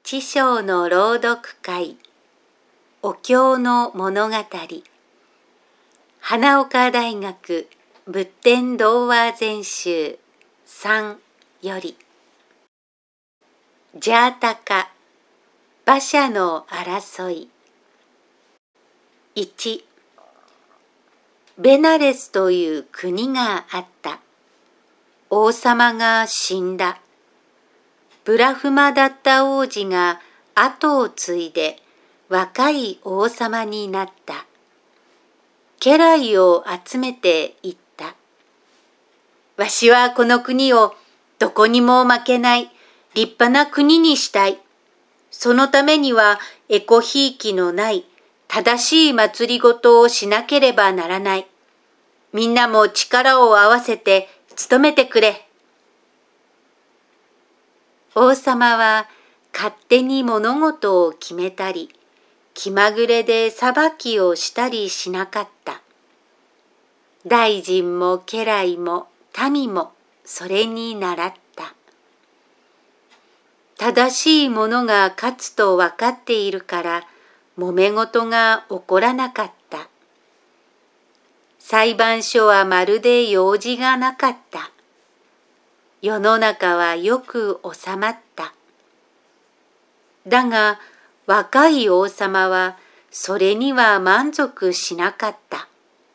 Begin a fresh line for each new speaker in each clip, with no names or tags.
知章の朗読会、お経の物語、花岡大学仏典童話全集3より、ジャータカ、馬車の争い。1、ベナレスという国があった。王様が死んだ。ブラフマだった王子が後を継いで若い王様になった。家来を集めて言った。わしはこの国をどこにも負けない立派な国にしたい。そのためにはえこひいきのない正しい祭りごとをしなければならない。みんなも力を合わせて努めてくれ。王様は勝手に物事を決めたり、気まぐれで裁きをしたりしなかった。大臣も家来も民もそれに倣った。正しいものが勝つと分かっているから揉め事が起こらなかった。裁判所はまるで用事がなかった。世の中はよく収まった。だが若い王様はそれには満足しなかった。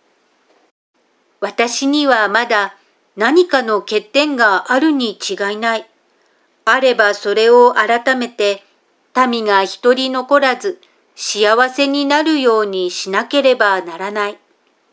私にはまだ何かの欠点があるに違いない。あればそれを改めて民が一人残らず幸せになるようにしなければならない。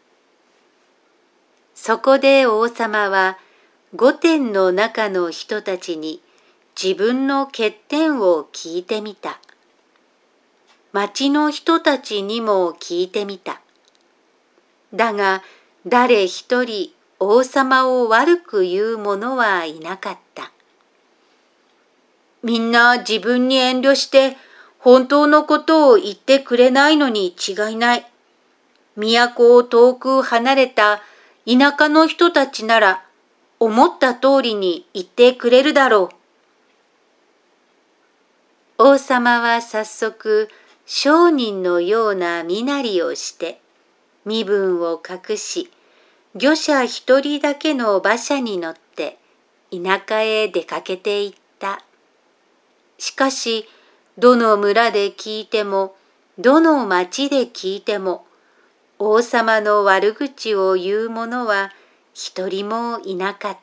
そこで王様は御殿の中の人たちに自分の欠点を聞いてみた。町の人たちにも聞いてみた。だが誰一人王様を悪く言う者はいなかった。みんな自分に遠慮して本当のことを言ってくれないのに違いない。都を遠く離れた田舎の人たちなら思った通りに言ってくれるだろう。王様は早速商人のような身なりをして身分を隠し、御者一人だけの馬車に乗って田舎へ出かけていった。しかしどの村で聞いてもどの町で聞いても王様の悪口を言う者は一人もいなかった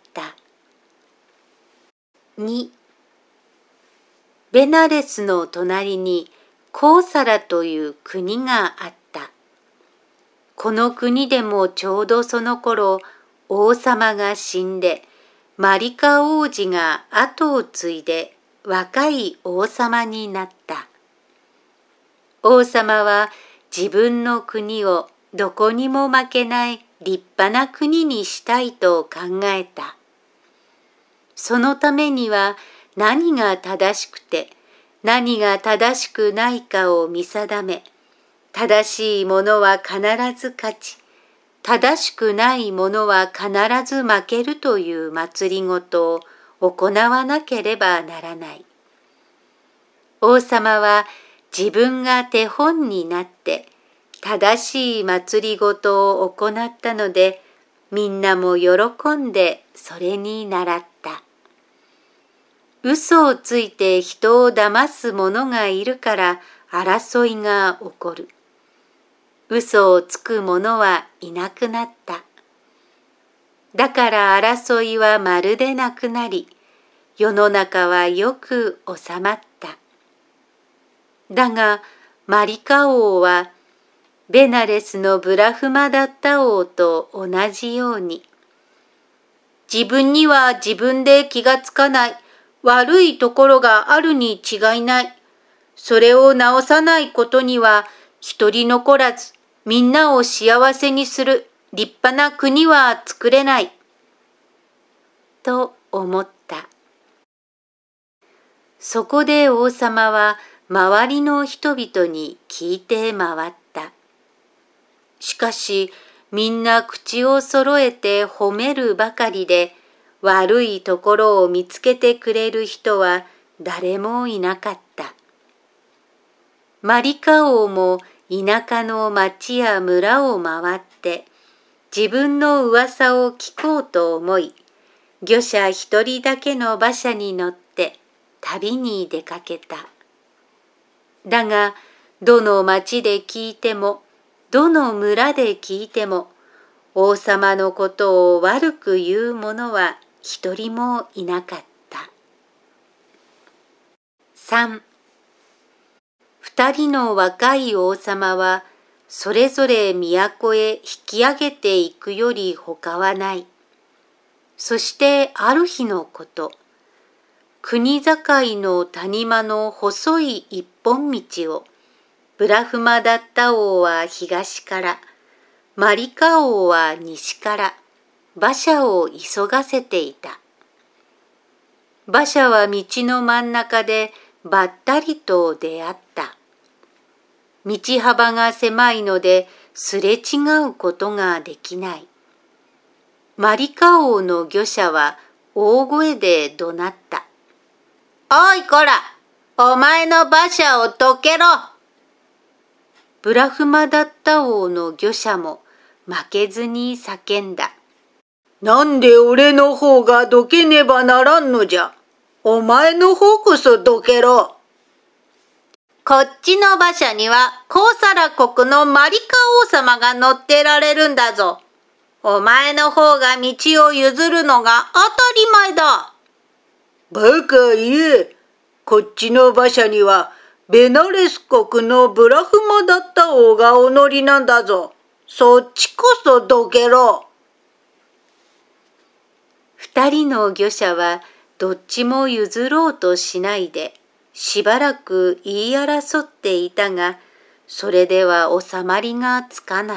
。2、ベナレスの隣にコーサラという国があった。この国でもちょうどその頃王様が死んでマリカ王子が後を継いで若い王様になった。王様は自分の国をどこにも負けない立派な国にしたいと考えた。そのためには何が正しくて何が正しくないかを見定め、正しいものは必ず勝ち、正しくないものは必ず負けるという祭りごとを行わなければならない。王様は自分が手本になって正しい祭りごとを行ったので、みんなも喜んでそれに倣った。嘘をついて人を騙す者がいるから争いが起こる。嘘をつく者はいなくなった。だから争いはまるでなくなり、世の中はよく収まった。だがマリカ王はベナレスのブラフマダッタ王と同じように、自分には自分で気がつかない悪いところがあるに違いない。それを直さないことには一人残らずみんなを幸せにする立派な国は作れない。と思った。そこで王様は周りの人々に聞いて回った。しかしみんな口を揃えて褒めるばかりで、悪いところを見つけてくれる人は誰もいなかった。 マリカ王も田舎の町や村を回って自分の噂を聞こうと思い、御者一人だけの馬車に乗って旅に出かけた。だが、どの町で聞いても、どの村で聞いても、王様のことを悪く言う者は一人もいなかった。3. 二人の若い王様は、それぞれ都へ引き上げていくより他はない。そしてある日のこと、国境の谷間の細い一本道を、ブラフマダッタ王は東から、マリカ王は西から馬車を急がせていた。馬車は道の真ん中でばったりと出会った。道幅が狭いのですれ違うことができない。マリカ王の御者は大声で怒鳴った。おいこら、お前の馬車をどけろ。ブラフマダッタ王の御者も負けずに叫んだ。
なんで俺の方がどけねばならんのじゃ。お前の方こそどけろ。
こっちの馬車にはコーサラ国のマリカ王様が乗ってられるんだぞ。お前の方が道を譲るのが当たり前だ。
バカ言え。こっちの馬車にはベナレス国のブラフマダッタ王がお乗りなんだぞ。そっちこそどけろ。
二人の御者はどっちも譲ろうとしないでしばらく言い争っていたが、それでは収まりがつかない。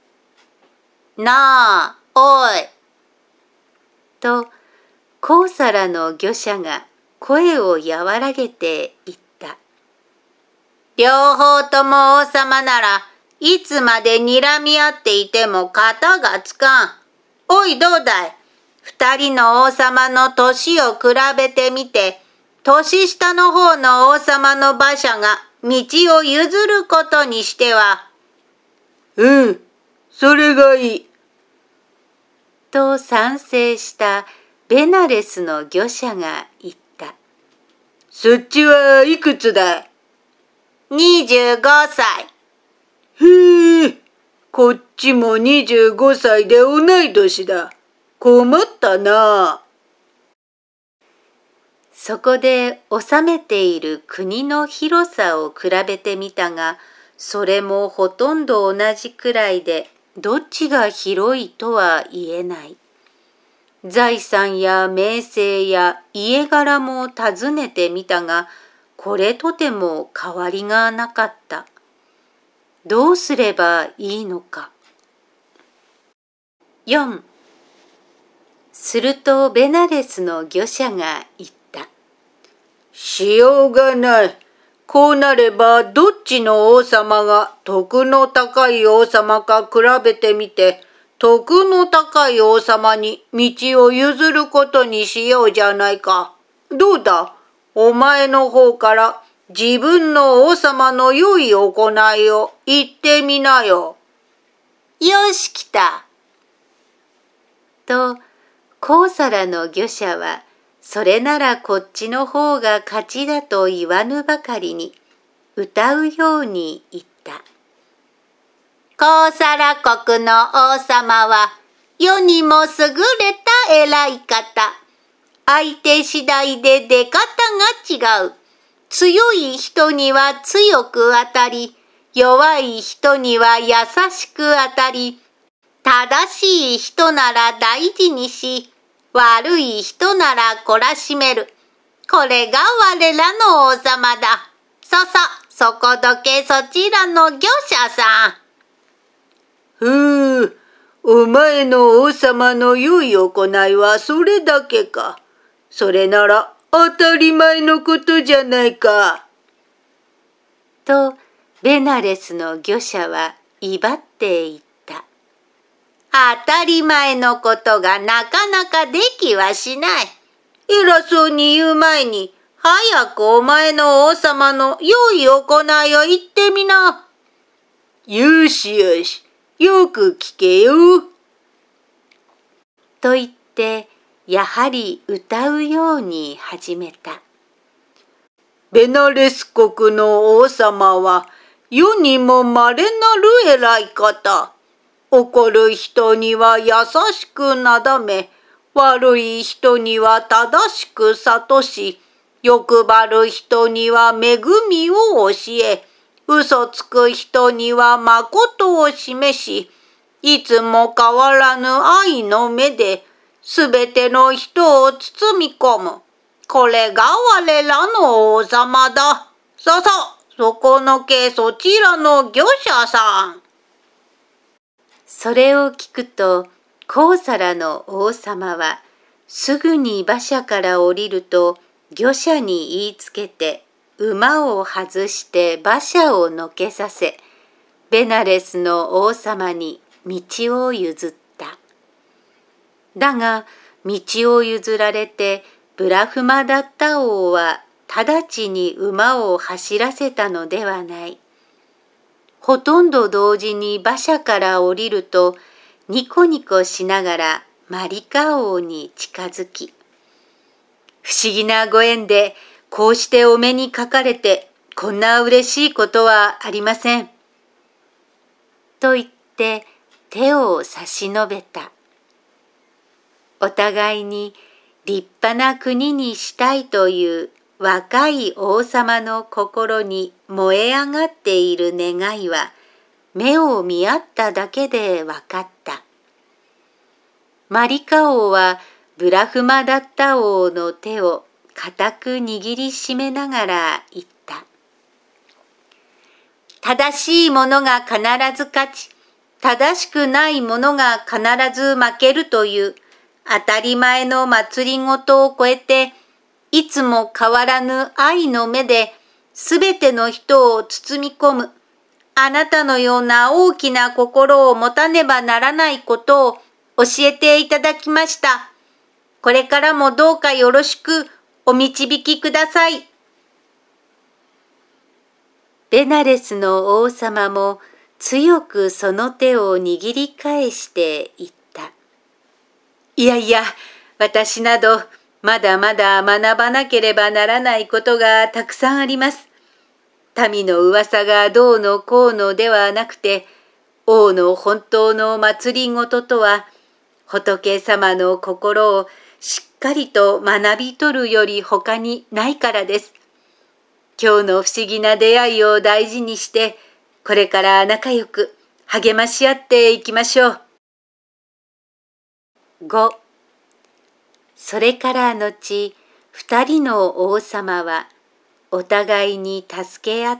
なあ、おい。
と、コーサラの御者が声を和らげて言った。
両方とも王様ならいつまで睨み合っていても片がつかん。おいどうだい。二人の王様の年を比べてみて、年下の方の王様の馬車が道を譲ることにしては。
うん、それがいい。
と賛成したベナレスの御者が言った。
そっちはいくつだい
？25歳。
へえ、こっちも25歳で同い年だ。困ったな。
そこで治めている国の広さを比べてみたが、それもほとんど同じくらいで、どっちが広いとは言えない。財産や名声や家柄も尋ねてみたが、これとても変わりがなかった。どうすればいいのか。4. するとベナレスの御者が言った。
しようがない。こうなればどっちの王様が徳の高い王様か比べてみて、徳の高い王様に道を譲ることにしようじゃないか。どうだ、お前の方から自分の王様の良い行いを言ってみなよ。
よし来た。
と、コーサラの御者は、それならこっちの方が勝ちだと言わぬばかりに、歌うように言った。
コーサラ国の王様は、世にも優れた偉い方。相手次第で出方が違う。強い人には強く当たり、弱い人には優しく当たり、正しい人なら大事にし、悪い人なら懲らしめる。これが我らの王様だ。そこどけそちらの御者さん。
お前の王様の良い行いはそれだけか。それなら当たり前のことじゃないか。
と、ベナレスの御者は威張って言った。
当たり前のことがなかなかできはしない。偉そうに言う前に、
早くお前の王様の良い行いを言ってみな。よしよし、よく聞けよ。
と言って、やはり歌うように始めた。
ベナレス国の王様は、世にも稀なる偉い方。怒る人には優しくなだめ、悪い人には正しく諭し、欲張る人には恵みを教え、嘘つく人には誠を示し、いつも変わらぬ愛の目で、すべての人を包み込む。これが我らの王様だ。ささ、そこのけそちらの御者さん。
それを聞くと、コウサラの王様は、すぐに馬車から降りると、御者に言いつけて、馬を外して馬車をのけさせ、ベナレスの王様に道を譲った。だが、道を譲られて、ブラフマダッタ王は直ちに馬を走らせたのではない。ほとんど同時に馬車から降りると、ニコニコしながらマリカ王に近づき、不思議なご縁で、こうしてお目にかかれて、こんな嬉しいことはありません。と言って手を差し伸べた。お互いに立派な国にしたいという若い王様の心に燃え上がっている願いは、目を見合っただけでわかった。マリカ王はブラフマダッタ王の手を固く握りしめながら言った。正しいものが必ず勝ち、正しくないものが必ず負けるという当たり前の祭りごとを超えて、いつも変わらぬ愛の目ですべての人を包み込む、あなたのような大きな心を持たねばならないことを教えていただきました。これからもどうかよろしくお導きください。ベナレスの王様も強くその手を握り返して言った。いやいや、私などまだまだ学ばなければならないことがたくさんあります。民の噂がどうのこうのではなくて、王の本当の祭りごととは、仏様の心をしっかりと学び取るより他にないからです。今日の不思議な出会いを大事にして、これから仲良く励まし合っていきましょう。5. それから後、二人の王様はお互いに助け合って、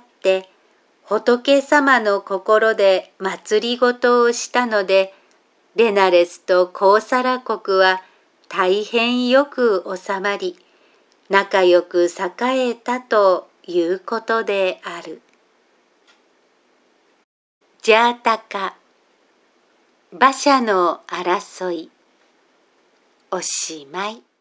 仏様の心で祭りごとをしたので、ベナレスとコウサラ国は大変よく収まり、仲良く栄えたということである。ジャータカ、馬車の争い、おしまい。